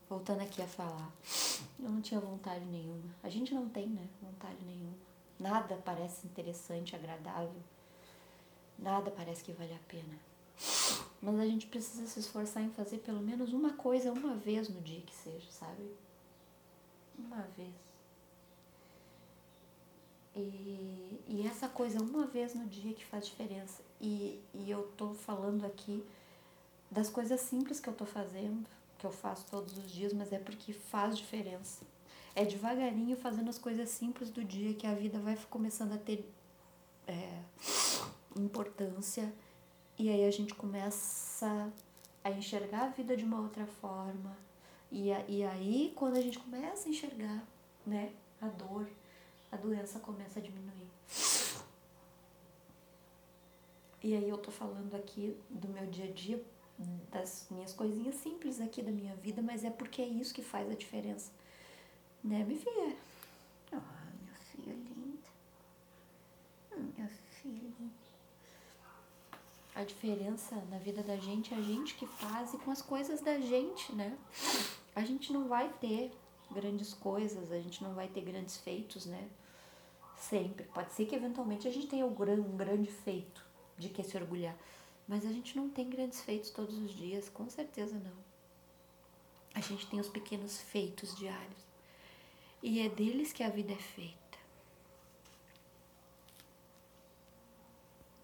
voltando aqui a falar, eu não tinha vontade nenhuma. A gente não tem, né? Vontade nenhuma. Nada parece interessante, agradável. Nada parece que vale a pena. Mas a gente precisa se esforçar em fazer pelo menos uma coisa uma vez no dia que seja, sabe? Uma vez. E essa coisa uma vez no dia que faz diferença. E eu tô falando aqui das coisas simples que eu tô fazendo, que eu faço todos os dias, mas é porque faz diferença. É devagarinho fazendo as coisas simples do dia que a vida vai começando a ter importância. E aí a gente começa a enxergar a vida de uma outra forma. E aí, quando a gente começa a enxergar, né, a dor, a doença começa a diminuir. E aí eu tô falando aqui do meu dia a dia, das minhas coisinhas simples aqui da minha vida, mas é porque é isso que faz a diferença. Né, minha filha? Ah, minha filha linda. Minha filha. A diferença na vida da gente é a gente que faz e com as coisas da gente, né? A gente não vai ter grandes coisas, a gente não vai ter grandes feitos, né? Sempre. Pode ser que eventualmente a gente tenha um grande feito de que se orgulhar, mas a gente não tem grandes feitos todos os dias, com certeza não. A gente tem os pequenos feitos diários e é deles que a vida é feita.